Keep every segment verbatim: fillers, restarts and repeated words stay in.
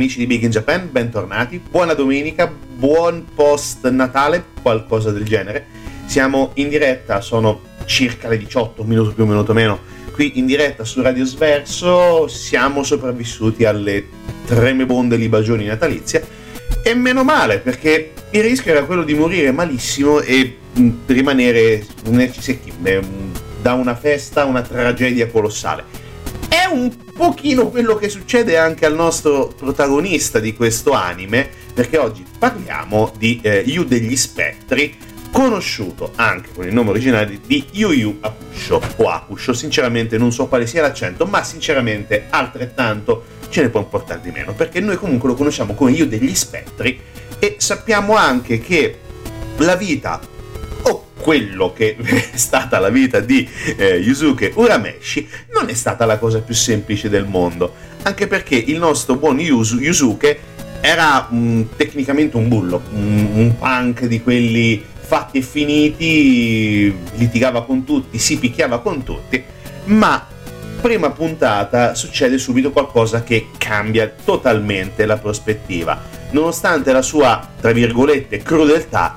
amici di Big in Japan, bentornati, buona domenica, buon post Natale, qualcosa del genere. Siamo in diretta, sono circa le diciotto, un minuto più, un minuto meno, qui in diretta su Radio Sverso. Siamo sopravvissuti alle tremebonde libagioni natalizie e meno male, perché il rischio era quello di morire malissimo e mh, rimanere tenerci secchi mh, da una festa, una tragedia colossale. È un pochino quello che succede anche al nostro protagonista di questo anime, perché oggi parliamo di eh, Yu degli Spettri, conosciuto anche con il nome originale di Yu Yu Hakusho o Hakusho. Sinceramente non so quale sia l'accento, ma sinceramente altrettanto ce ne può importare di meno, perché noi comunque lo conosciamo come Yu degli Spettri e sappiamo anche che la vita, o quello che è stata la vita di eh, Yusuke Urameshi, non è stata la cosa più semplice del mondo, anche perché il nostro buon Yusu, Yusuke era mh, tecnicamente un bullo, un, un punk di quelli fatti e finiti, litigava con tutti, si picchiava con tutti, ma prima puntata succede subito qualcosa che cambia totalmente la prospettiva. Nonostante la sua, tra virgolette, crudeltà,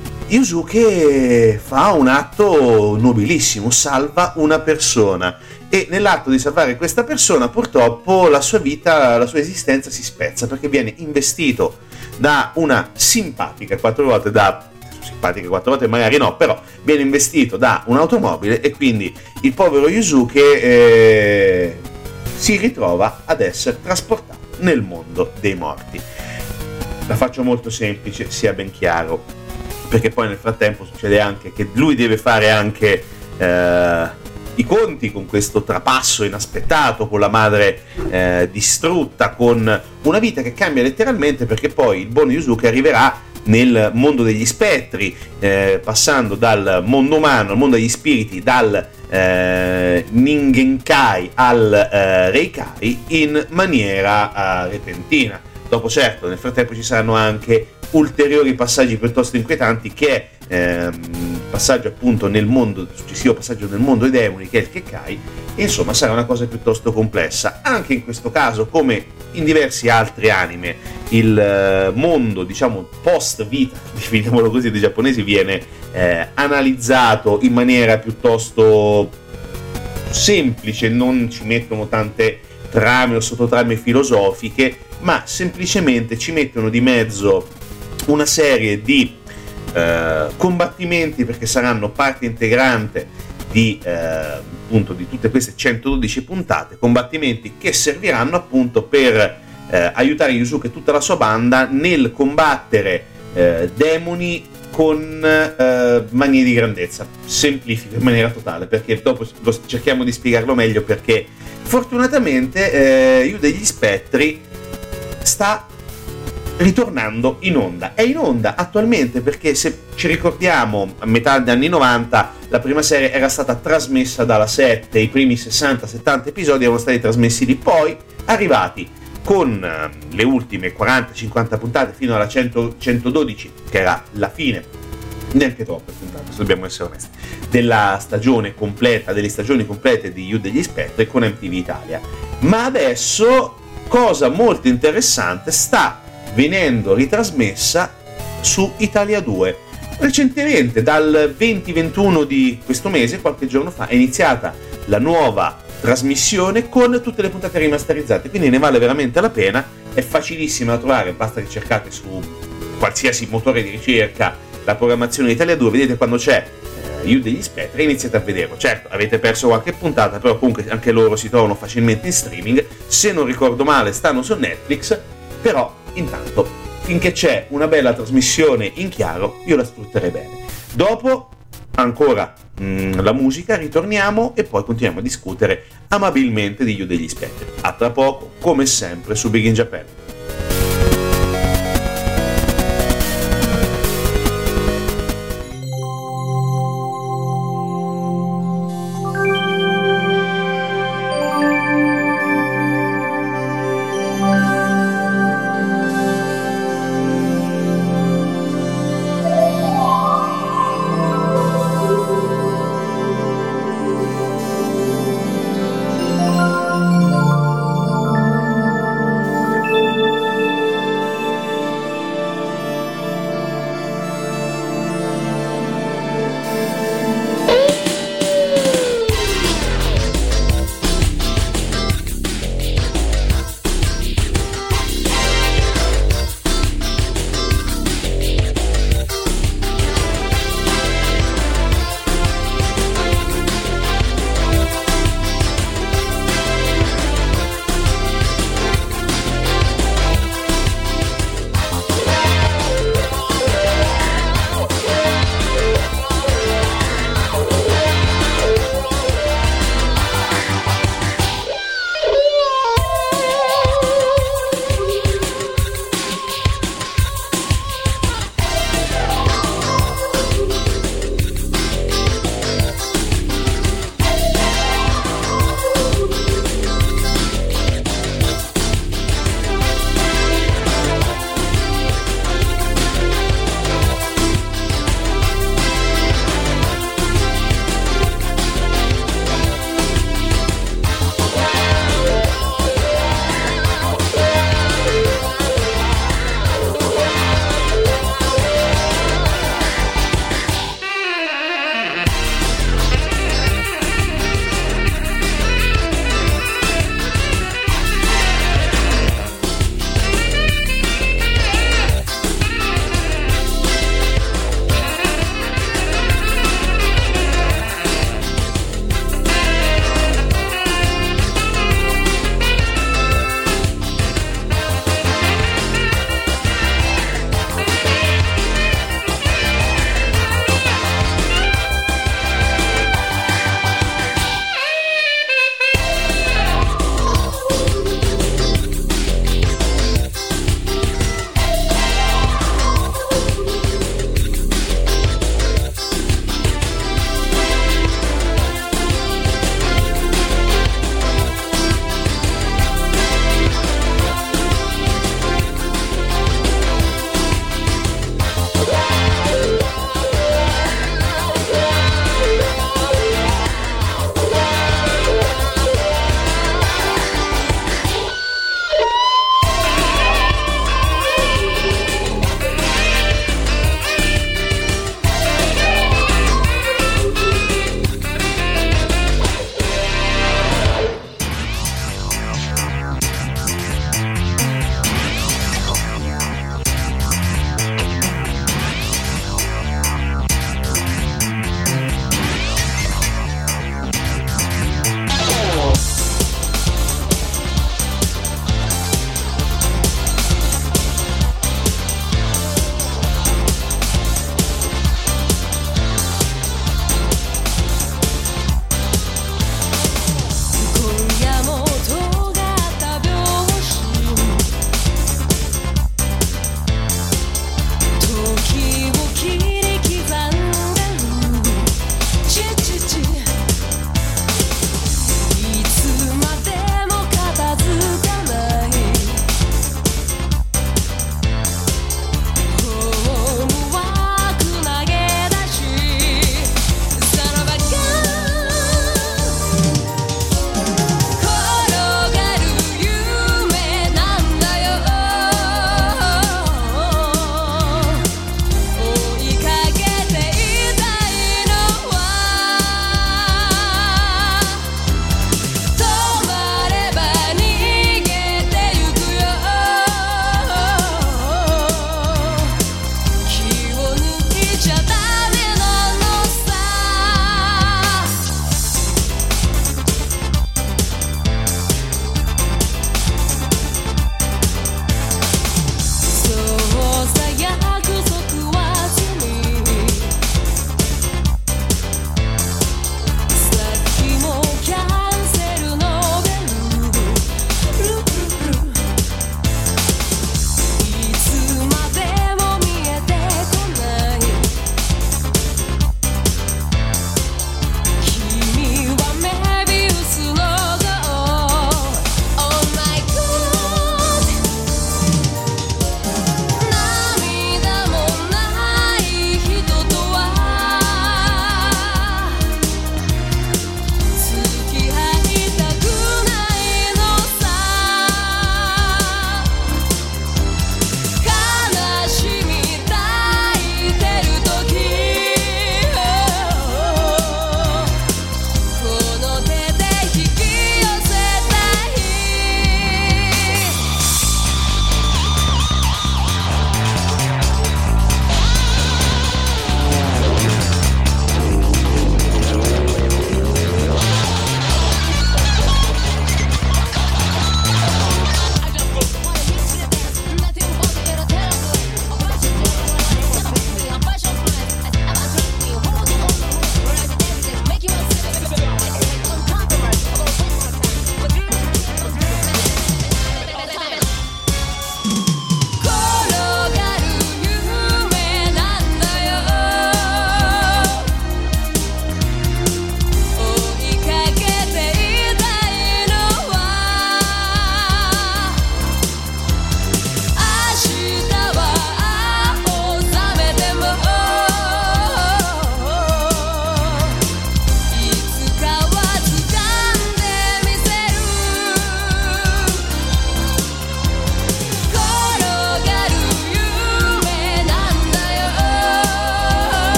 Yusuke fa un atto nobilissimo, salva una persona, e nell'atto di salvare questa persona purtroppo la sua vita, la sua esistenza si spezza, perché viene investito da una simpatica quattro volte da simpatica quattro volte magari no, però viene investito da un'automobile e quindi il povero Yusuke eh, si ritrova ad essere trasportato nel mondo dei morti. La faccio molto semplice, sia ben chiaro, perché poi nel frattempo succede anche che lui deve fare anche eh, i conti con questo trapasso inaspettato, con la madre eh, distrutta, con una vita che cambia letteralmente, perché poi il buon Yusuke arriverà nel mondo degli spettri, eh, passando dal mondo umano al mondo degli spiriti, dal eh, Ningenkai al eh, Reikai, in maniera eh, repentina. Dopo, certo, nel frattempo ci saranno anche ulteriori passaggi piuttosto inquietanti, che è ehm, passaggio appunto nel mondo, successivo passaggio nel mondo dei demoni, che è il Kekai, e insomma sarà una cosa piuttosto complessa. Anche in questo caso, come in diversi altri anime, il eh, mondo, diciamo, post vita, definiamolo così, dei giapponesi viene eh, analizzato in maniera piuttosto semplice, non ci mettono tante trame o sottotrame filosofiche, ma semplicemente ci mettono di mezzo una serie di eh, combattimenti, perché saranno parte integrante di eh, appunto di tutte queste centododici puntate, combattimenti che serviranno appunto per eh, aiutare Yusuke e tutta la sua banda nel combattere eh, demoni con eh, manie di grandezza. Semplifico in maniera totale, perché dopo lo, cerchiamo di spiegarlo meglio, perché fortunatamente eh, Yu degli Spettri sta ritornando in onda. È in onda attualmente perché, se ci ricordiamo, a metà degli anni novanta la prima serie era stata trasmessa dalla sette, i primi sessanta settanta episodi erano stati trasmessi lì, poi arrivati con uh, le ultime quaranta cinquanta puntate fino alla cento centododici, che era la fine, neanche troppe puntate, se dobbiamo essere onesti, della stagione completa, delle stagioni complete di Yu degli Spettri con M T V Italia. Ma adesso, cosa molto interessante, sta venendo ritrasmessa su Italia due. Recentemente, dal venti ventuno di questo mese, qualche giorno fa, è iniziata la nuova trasmissione con tutte le puntate rimasterizzate, quindi ne vale veramente la pena. È facilissima da trovare, basta che cercate su qualsiasi motore di ricerca la programmazione di Italia due, vedete quando c'è eh, Yu degli Spettri e iniziate a vederlo. Certo, avete perso qualche puntata, però comunque anche loro si trovano facilmente in streaming, se non ricordo male stanno su Netflix, però intanto, finché c'è una bella trasmissione in chiaro, io la sfrutterei bene. Dopo, ancora mh, la musica, ritorniamo e poi continuiamo a discutere amabilmente di Yu degli Spettri. A tra poco, come sempre, su Big in Japan.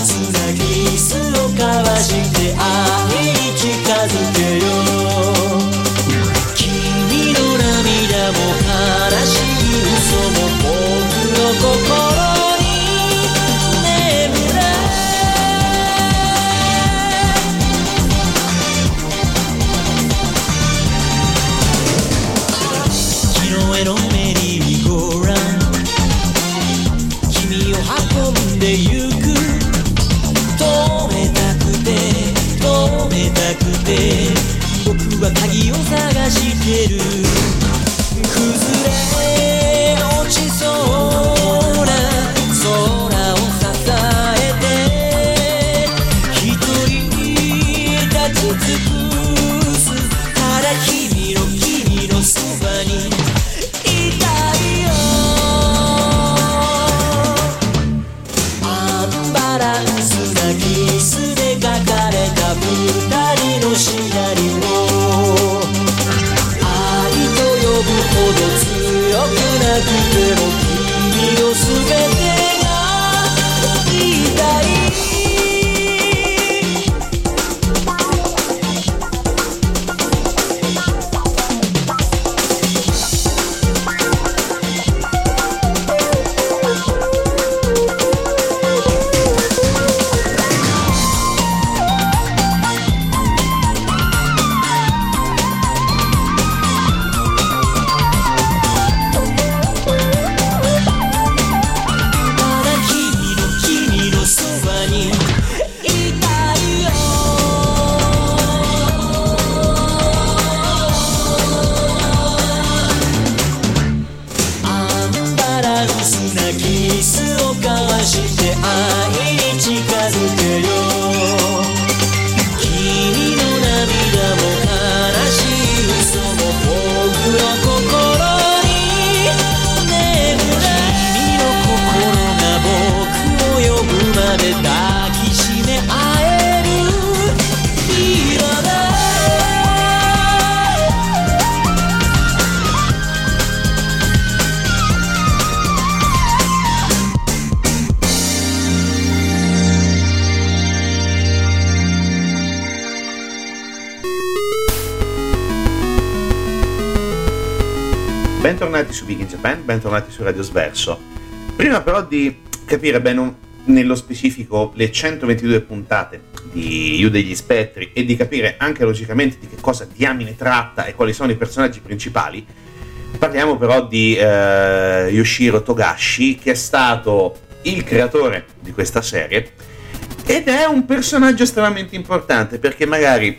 Bentornati su Big in Japan, bentornati su Radio Sverso. Prima però di capire bene nello specifico le centoventidue puntate di Yu degli Spettri e di capire anche logicamente di che cosa diamine tratta e quali sono i personaggi principali, parliamo però di eh, Yoshiro Togashi, che è stato il creatore di questa serie ed è un personaggio estremamente importante perché magari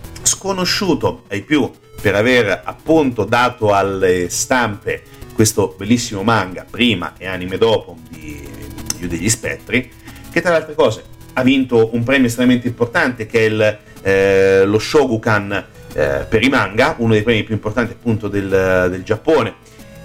sconosciuto ai più per aver appunto dato alle stampe questo bellissimo manga prima e anime dopo di Yu degli Spettri, che tra le altre cose ha vinto un premio estremamente importante che è il, eh, lo Shogakukan eh, per i manga, uno dei premi più importanti appunto del, del Giappone.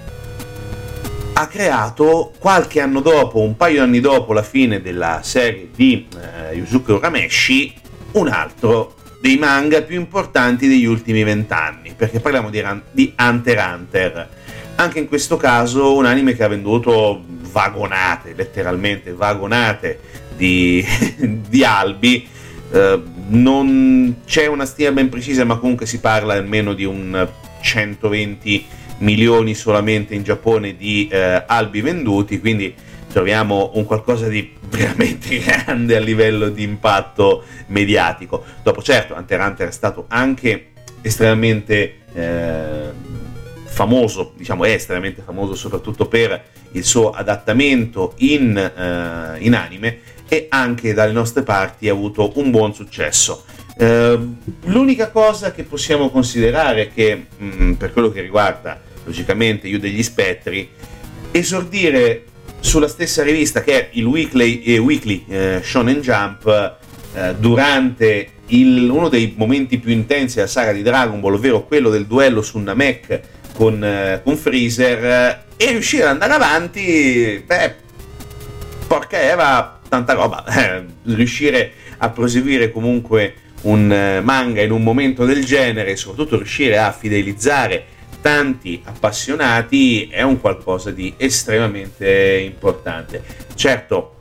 Ha creato qualche anno dopo, un paio di anni dopo la fine della serie di eh, Yuzuki Urameshi, un altro dei manga più importanti degli ultimi vent'anni, perché parliamo di, di Hunter x Hunter. Anche in questo caso un anime che ha venduto vagonate, letteralmente vagonate di, di albi. Eh, non c'è una stima ben precisa, ma comunque si parla almeno di un centoventi milioni solamente in Giappone di eh, albi venduti, quindi troviamo un qualcosa di veramente grande a livello di impatto mediatico. Dopo certo Hunter x Hunter è stato anche estremamente eh, famoso, diciamo è estremamente famoso soprattutto per il suo adattamento in, eh, in anime, e anche dalle nostre parti ha avuto un buon successo. Eh, l'unica cosa che possiamo considerare è che mh, per quello che riguarda logicamente Yu degli Spettri, esordire sulla stessa rivista che è il Weekly, eh, weekly eh, Shonen Jump eh, durante il, uno dei momenti più intensi della saga di Dragon Ball, ovvero quello del duello su Namek con, eh, con Freezer, eh, e riuscire ad andare avanti, beh, porca Eva, tanta roba. Eh, riuscire a proseguire comunque un eh, manga in un momento del genere, e soprattutto riuscire a fidelizzare tanti appassionati, è un qualcosa di estremamente importante. Certo,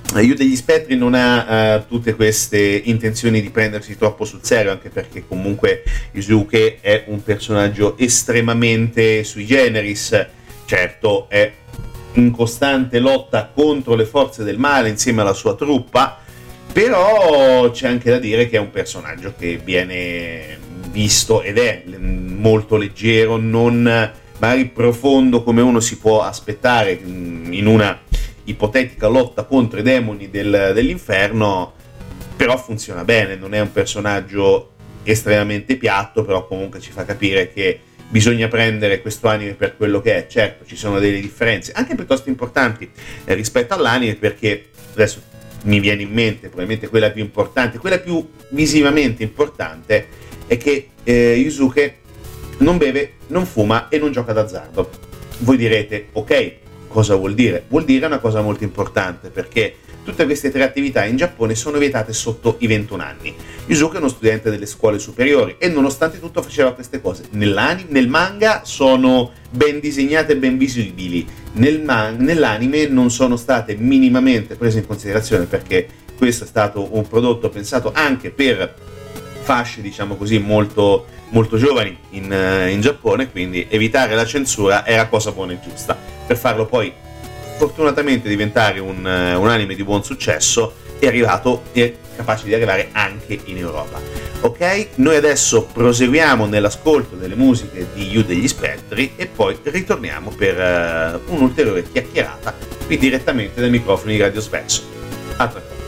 Yu degli Spettri non ha uh, tutte queste intenzioni di prendersi troppo sul serio, anche perché comunque Yusuke è un personaggio estremamente sui generis. Certo, è in costante lotta contro le forze del male insieme alla sua truppa, però c'è anche da dire che è un personaggio che viene visto ed è molto leggero, non magari profondo come uno si può aspettare in una ipotetica lotta contro i demoni del, dell'inferno, però funziona bene, non è un personaggio estremamente piatto, però comunque ci fa capire che bisogna prendere questo anime per quello che è. Certo, ci sono delle differenze anche piuttosto importanti eh, rispetto all'anime, perché adesso mi viene in mente probabilmente quella più importante, quella più visivamente importante, è che eh, Yusuke non beve, non fuma e non gioca d'azzardo. Voi direte, ok, cosa vuol dire? Vuol dire una cosa molto importante, perché tutte queste tre attività in Giappone sono vietate sotto i ventuno anni. Yusuke è uno studente delle scuole superiori e nonostante tutto faceva queste cose. Nel manga sono ben disegnate e ben visibili, Nel man- nell'anime non sono state minimamente prese in considerazione, perché questo è stato un prodotto pensato anche per fasce, diciamo così, molto, molto giovani in, in Giappone, quindi evitare la censura era cosa buona e giusta. Per farlo poi fortunatamente diventare un, un anime di buon successo è arrivato, è capace di arrivare anche in Europa. Ok, noi adesso proseguiamo nell'ascolto delle musiche di Yu degli Spettri e poi ritorniamo per uh, un'ulteriore chiacchierata qui direttamente dai microfoni di Radio Sverso. A tra poco.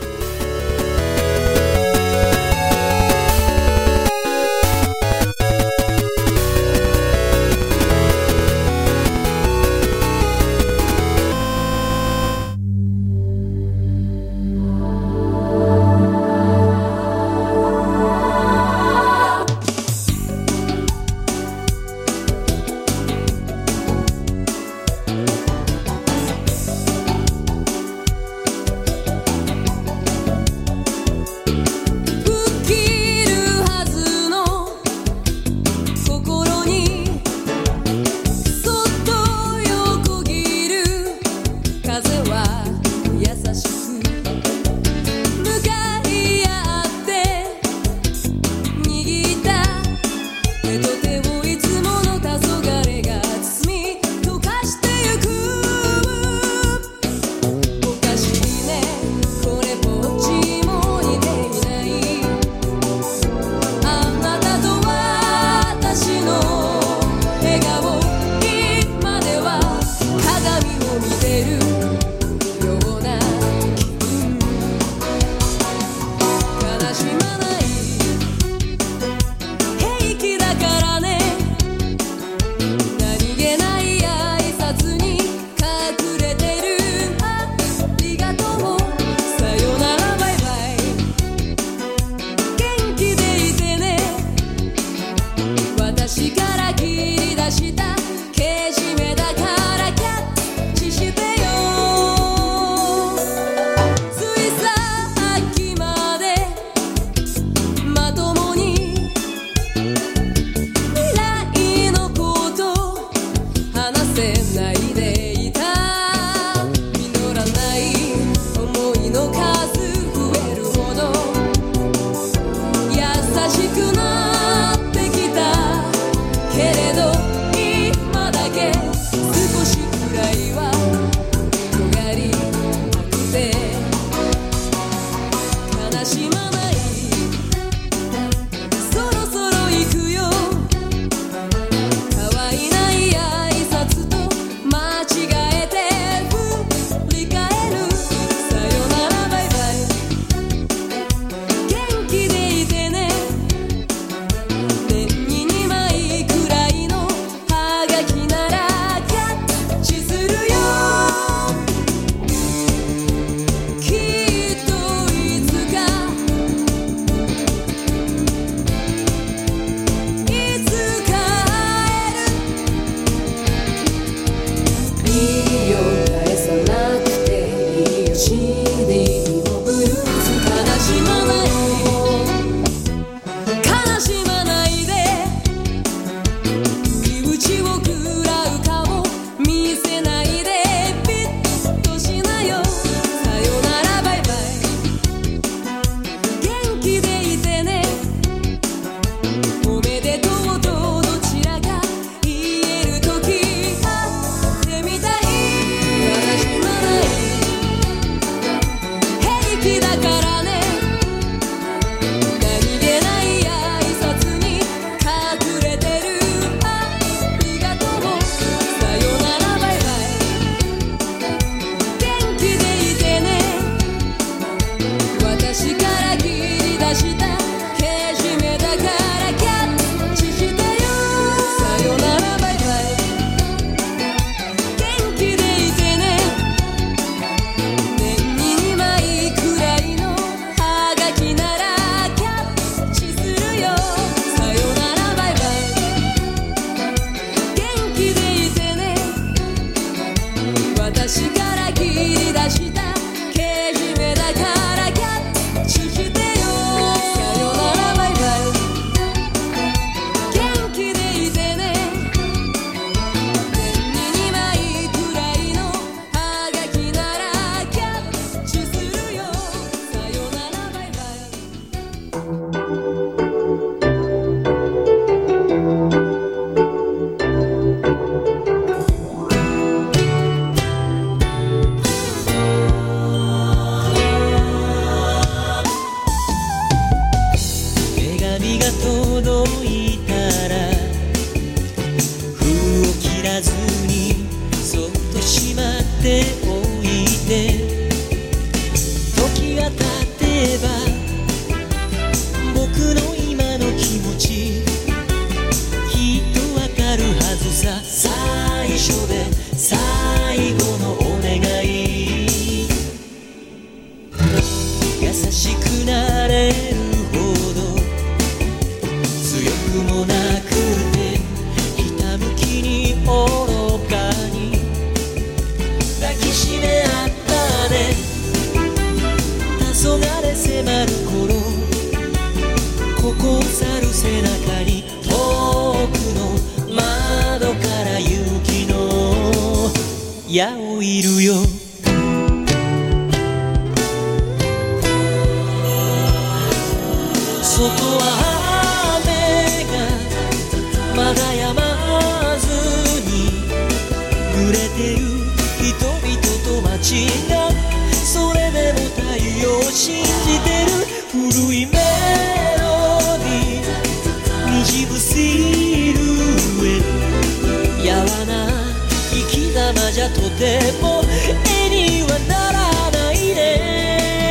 が経てば僕の今の気持ちきっとわかるはずさ。最初で最後のお願い、優しくなれるほど強くもなくてひたむきに愚かに抱きしめ合ったね。黄昏迫る頃ここ去る背中に遠くの窓から勇気の矢を射るよ。外は雨がまだ止まずに濡れてる人々と街が、それでも太陽を信じてる。古いメロディー滲むシルエット、やわな生き様じゃとても絵にはならないね。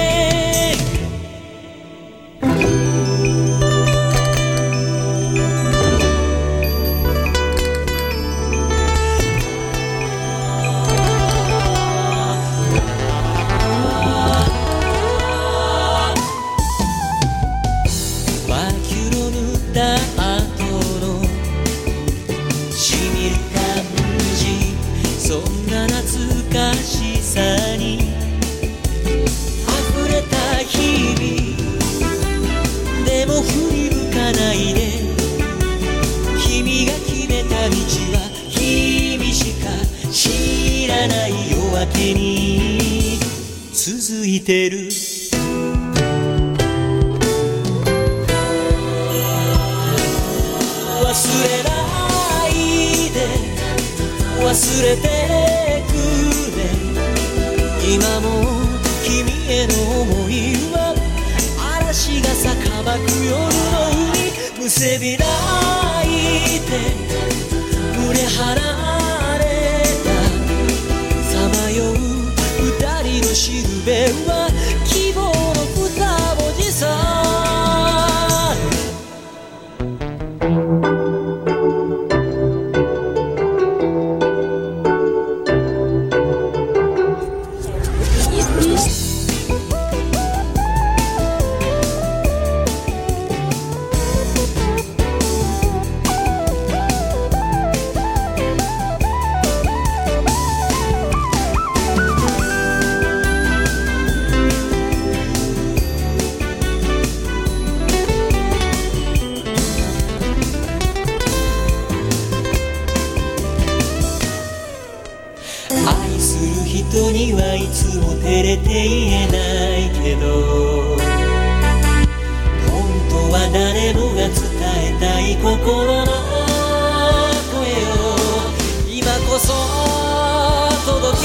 さに溢れた日々でも振り向かないで、君が決めた道は君しか知らない夜明けに続いてる。忘れないで忘れてくれ、今も君への想いは嵐がさばく夜の海、むせび泣いて群れ離れたさまよう二人のしるべは希望の二文字さ。人にはいつも照れて言えないけど、本当は誰もが伝えたい心の声を今こそ届け。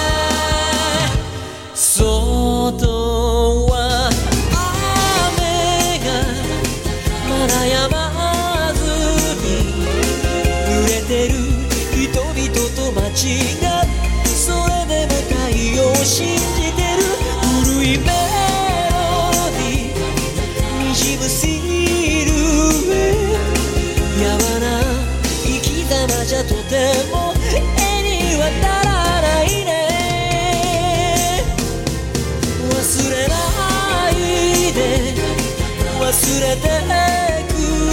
外は雨がまだ止まずに濡れてる人々と街が、それでも太陽を信じてる。古いメロディー滲むシルエット、やわな生き様じゃとても絵にはならないね。忘れないで忘れてく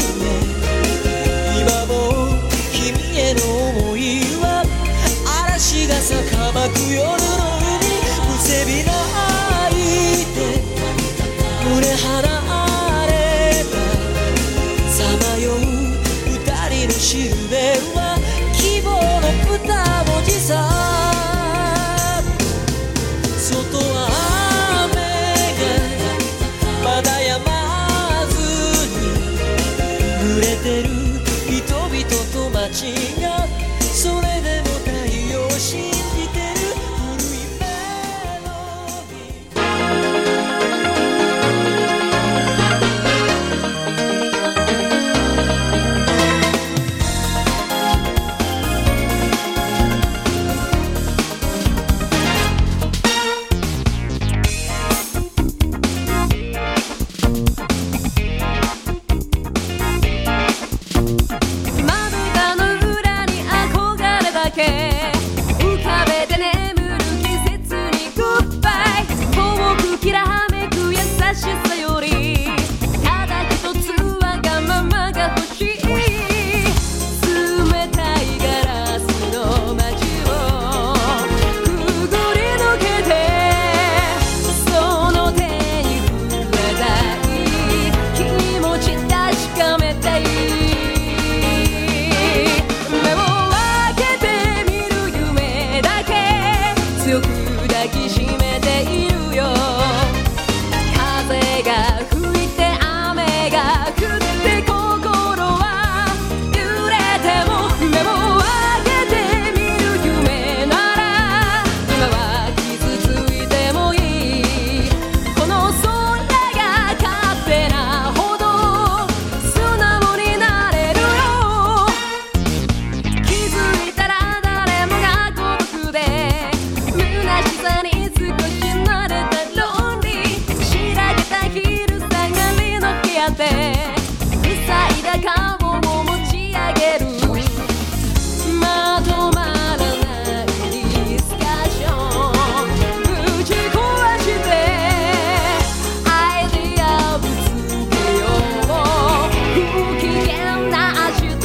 れ、今も君への想いは嵐がさばく夜の海、むせび泣いて群れ離れたさまよう二人のしるべは希望の二文字さ。外は雨がまだ止まずに濡れてる人々と街が、それでも太陽を信じてる。古いメロディーって塞いだ顔を持ち上げるまとまらないディスカッションぶち壊してアイディアぶつけよう不機嫌な明日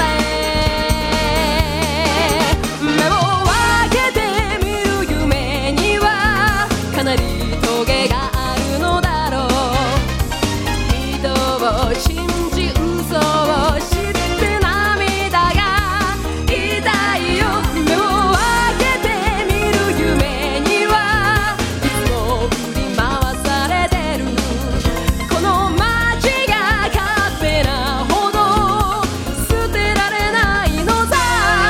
目を開けてみる夢にはかなりトゲがあるのだろう人を信じ嘘を知って涙が痛いよ目を開けてみる夢にはいつも振り回されてるこの街が勝手なほど捨てられないのさ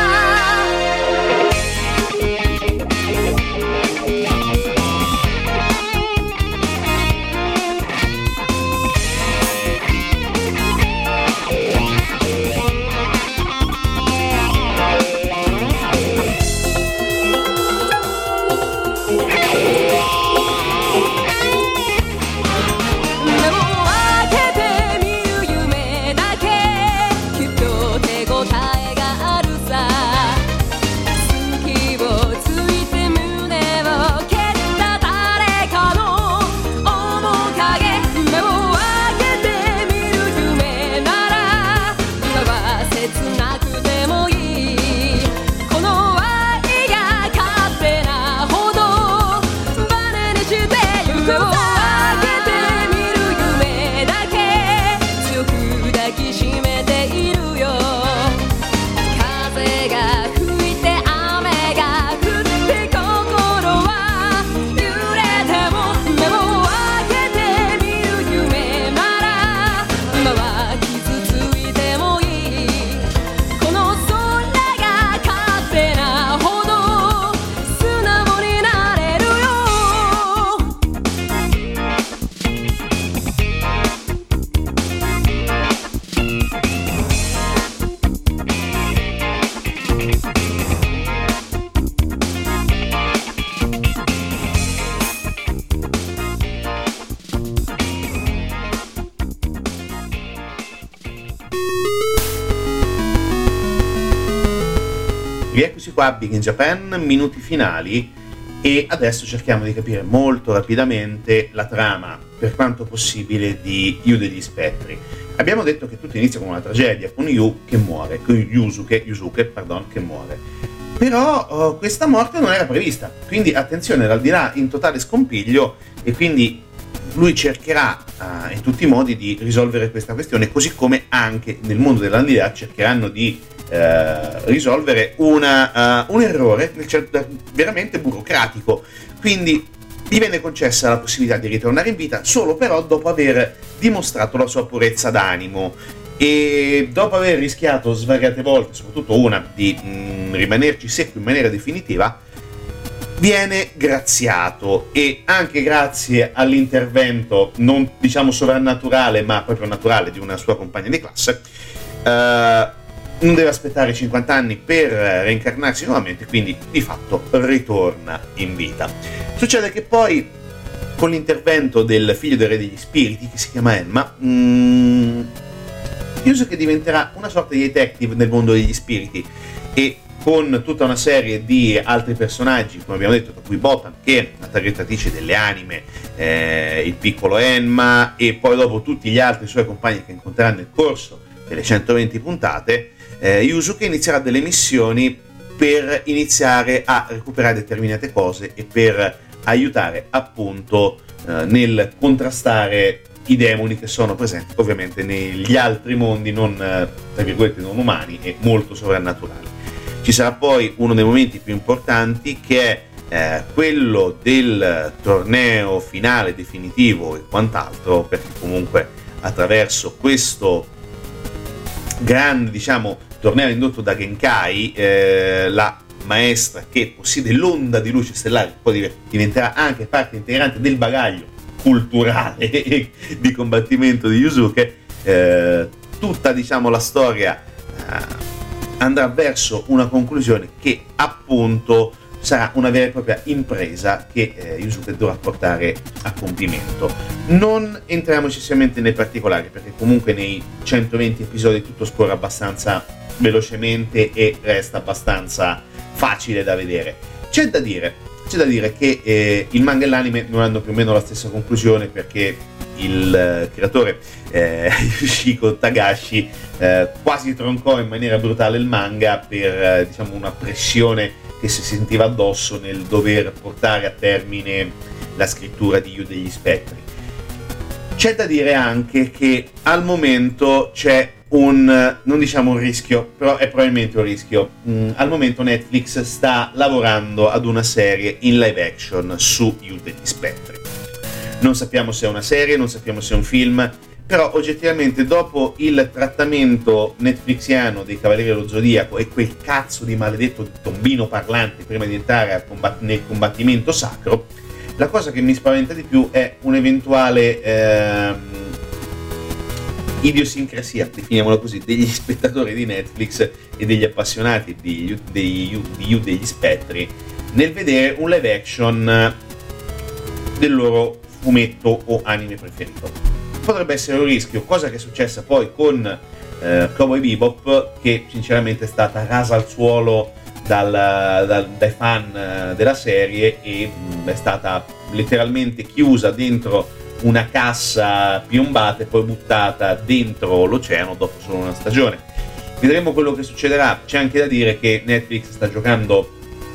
目を開けてみる夢だけきっと手応えがあるさ隙をついて胸を蹴った誰かの面影目を開けてみる夢なら今は切なくてもいいこの愛が勝手なほどバネにしてゆく目を開けてみる夢だけ強く抱きしめているよ風が吹いて雨が降って心は揺れても目を開けてみる夢なら今は傷ついてもいいこの空が勝手なほど素直になれるよ Rieccoci qua a Big in Japan, minuti finali, e adesso cerchiamo di capire molto rapidamente la trama, per quanto possibile, di Yu degli Spettri. Abbiamo detto che tutto inizia con una tragedia, con Yu che muore, con Yusuke, Yusuke pardon, che muore. Però oh, questa morte non era prevista, quindi attenzione, era al di là in totale scompiglio, e quindi lui cercherà uh, in tutti i modi di risolvere questa questione, così come anche nel mondo dell'aldilà cercheranno di uh, risolvere una, uh, un errore veramente burocratico. Quindi gli viene concessa la possibilità di ritornare in vita, solo però dopo aver dimostrato la sua purezza d'animo, e dopo aver rischiato svariate volte, soprattutto una, di mh, rimanerci secco in maniera definitiva, viene graziato, e anche grazie all'intervento non diciamo sovrannaturale ma proprio naturale di una sua compagna di classe, eh, non deve aspettare cinquanta anni per reincarnarsi nuovamente, quindi di fatto ritorna in vita. Succede che poi, con l'intervento del figlio del re degli spiriti, che si chiama Enma, mh, Yusuke diventerà una sorta di detective nel mondo degli spiriti, e con tutta una serie di altri personaggi, come abbiamo detto, tra cui Botan, che è la targettatrice delle anime, eh, il piccolo Enma, e poi dopo tutti gli altri suoi compagni che incontrerà nel corso delle centoventi puntate, eh, Yusuke inizierà delle missioni per iniziare a recuperare determinate cose e per aiutare appunto eh, nel contrastare i demoni che sono presenti ovviamente negli altri mondi non, eh, tra virgolette, non umani e molto sovrannaturali. Ci sarà poi uno dei momenti più importanti, che è eh, quello del torneo finale definitivo e quant'altro, perché comunque attraverso questo grande, diciamo, torneo indotto da Genkai, eh, la maestra che possiede l'onda di luce stellare, che poi diventerà anche parte integrante del bagaglio culturale e di combattimento di Yusuke, eh, tutta, diciamo, la storia eh, andrà verso una conclusione che appunto sarà una vera e propria impresa che eh, Yusuke dovrà portare a compimento. Non entriamo eccessivamente nei particolari, perché comunque nei centoventi episodi tutto scorre abbastanza velocemente e resta abbastanza facile da vedere. C'è da dire, c'è da dire che eh, il manga e l'anime non hanno più o meno la stessa conclusione, perché il eh, creatore eh, Yoshiko Tagashi eh, quasi troncò in maniera brutale il manga per eh, diciamo una pressione che si sentiva addosso nel dover portare a termine la scrittura di Yu degli Spettri. C'è da dire anche che al momento c'è un, non diciamo un rischio, però è probabilmente un rischio. Mm, al momento Netflix sta lavorando ad una serie in live action su Yu degli Spettri. Non sappiamo se è una serie, non sappiamo se è un film, però oggettivamente dopo il trattamento netflixiano dei Cavalieri dello Zodiaco e quel cazzo di maledetto tombino parlante prima di entrare a combat- nel combattimento sacro, la cosa che mi spaventa di più è un'eventuale ehm, idiosincrasia, definiamola così, degli spettatori di Netflix e degli appassionati di Yu, di Yu, di Yu degli Spettri nel vedere un live action del loro fumetto o anime preferito. Potrebbe essere un rischio, cosa che è successa poi con eh, Cowboy Bebop, che sinceramente è stata rasa al suolo dal, dal, dai fan della serie e mh, è stata letteralmente chiusa dentro una cassa piombata e poi buttata dentro l'oceano dopo solo una stagione. Vedremo quello che succederà. C'è anche da dire che Netflix sta giocando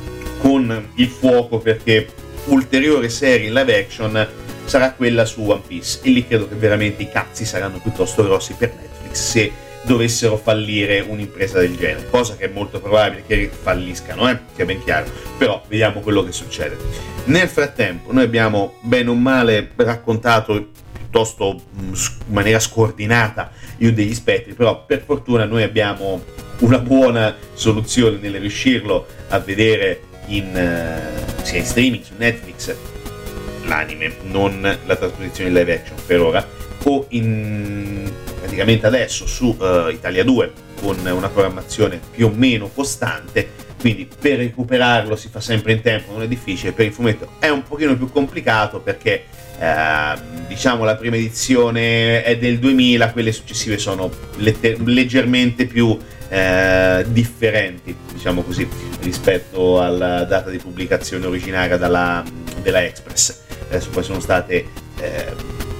con il fuoco, perché ulteriore serie in live action sarà quella su One Piece, e lì credo che veramente i cazzi saranno piuttosto grossi per Netflix se dovessero fallire un'impresa del genere, cosa che è molto probabile che falliscano, eh? Sia ben chiaro, però vediamo quello che succede. Nel frattempo noi abbiamo bene o male raccontato piuttosto in maniera scordinata Yu degli Spettri, però per fortuna noi abbiamo una buona soluzione nel riuscirlo a vedere in, uh, sia in streaming su Netflix, l'anime, non la trasposizione in live action per ora, o in praticamente adesso su uh, Italia due con una programmazione più o meno costante, quindi per recuperarlo si fa sempre in tempo, non è difficile. Per il fumetto è un pochino più complicato perché uh, diciamo la prima edizione è del duemila, quelle successive sono letter- leggermente più uh, differenti, diciamo così, rispetto alla data di pubblicazione originaria dalla, della Express. Adesso poi sono state eh,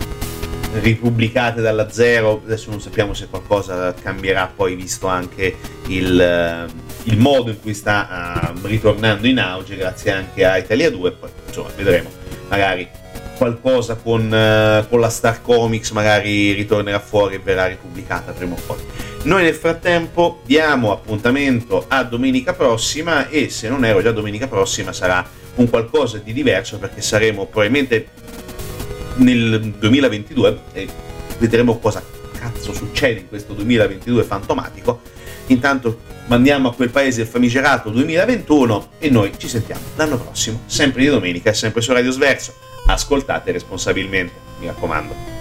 ripubblicate dalla zero, adesso non sappiamo se qualcosa cambierà poi, visto anche il, il modo in cui sta uh, ritornando in auge grazie anche a Italia due. Poi insomma vedremo, magari qualcosa con, uh, con la Star Comics magari ritornerà fuori e verrà ripubblicata prima o poi. Noi nel frattempo diamo appuntamento a domenica prossima, e se non ero già domenica prossima sarà un qualcosa di diverso, perché saremo probabilmente nel duemilaventidue e vedremo cosa cazzo succede in questo duemilaventidue fantomatico. Intanto mandiamo a quel paese il famigerato duemilaventuno e noi ci sentiamo l'anno prossimo, sempre di domenica e sempre su Radio Sverso. Ascoltate responsabilmente, mi raccomando.